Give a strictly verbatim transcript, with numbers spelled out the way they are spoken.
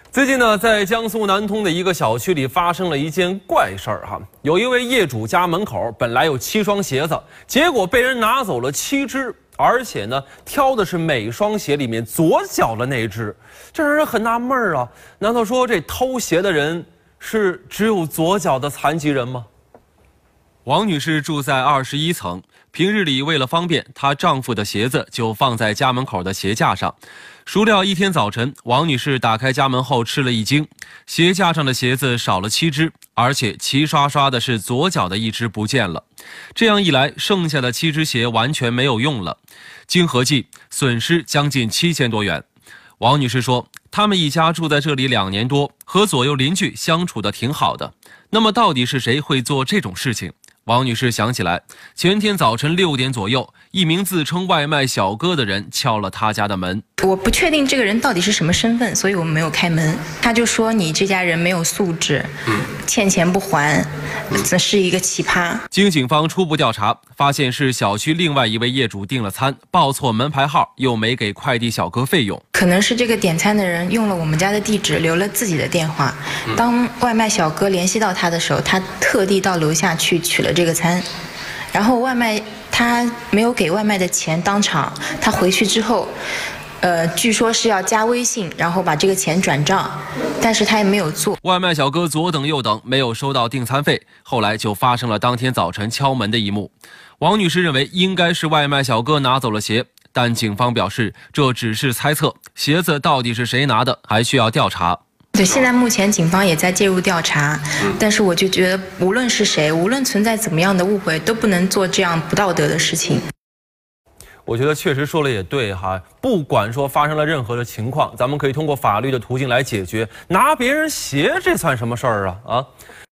最近呢，在江苏南通的一个小区里发生了一件怪事儿哈。有一位业主家门口本来有七双鞋子，结果被人拿走了七只，而且呢，挑的是每双鞋里面左脚的那只，这让人很纳闷儿啊。难道说这偷鞋的人是只有左脚的残疾人吗？王女士住在二十一层，平日里为了方便，她丈夫的鞋子就放在家门口的鞋架上。孰料一天早晨，王女士打开家门后吃了一惊，鞋架上的鞋子少了七只，而且齐刷刷的是左脚的一只不见了。这样一来，剩下的七只鞋完全没有用了，经合计，损失将近七千多元。王女士说，他们一家住在这里两年多，和左右邻居相处得挺好的。那么到底是谁会做这种事情？王女士想起来，前天早晨六点左右，一名自称外卖小哥的人敲了她家的门。 我不确定这个人到底是什么身份，所以我们没有开门。他就说你这家人没有素质，欠钱不还，这是一个奇葩。 经警方初步调查，发现是小区另外一位业主订了餐，报错门牌号，又没给快递小哥费用。 可能是这个点餐的人用了我们家的地址，留了自己的电话。当外卖小哥联系到他的时候，他特地到楼下去取了这个餐，然后外卖他没有给外卖的钱当场，他回去之后。呃，据说是要加微信，然后把这个钱转账，但是他也没有做。 外卖小哥左等右等，没有收到订餐费，后来就发生了当天早晨敲门的一幕。王女士认为应该是外卖小哥拿走了鞋，但警方表示这只是猜测，鞋子到底是谁拿的，还需要调查。 对，现在目前警方也在介入调查，但是我就觉得，无论是谁，无论存在怎么样的误会，都不能做这样不道德的事情。 我觉得确实说了也对哈，不管说发生了任何的情况，咱们可以通过法律的途径来解决。拿别人鞋，这算什么事儿啊？啊！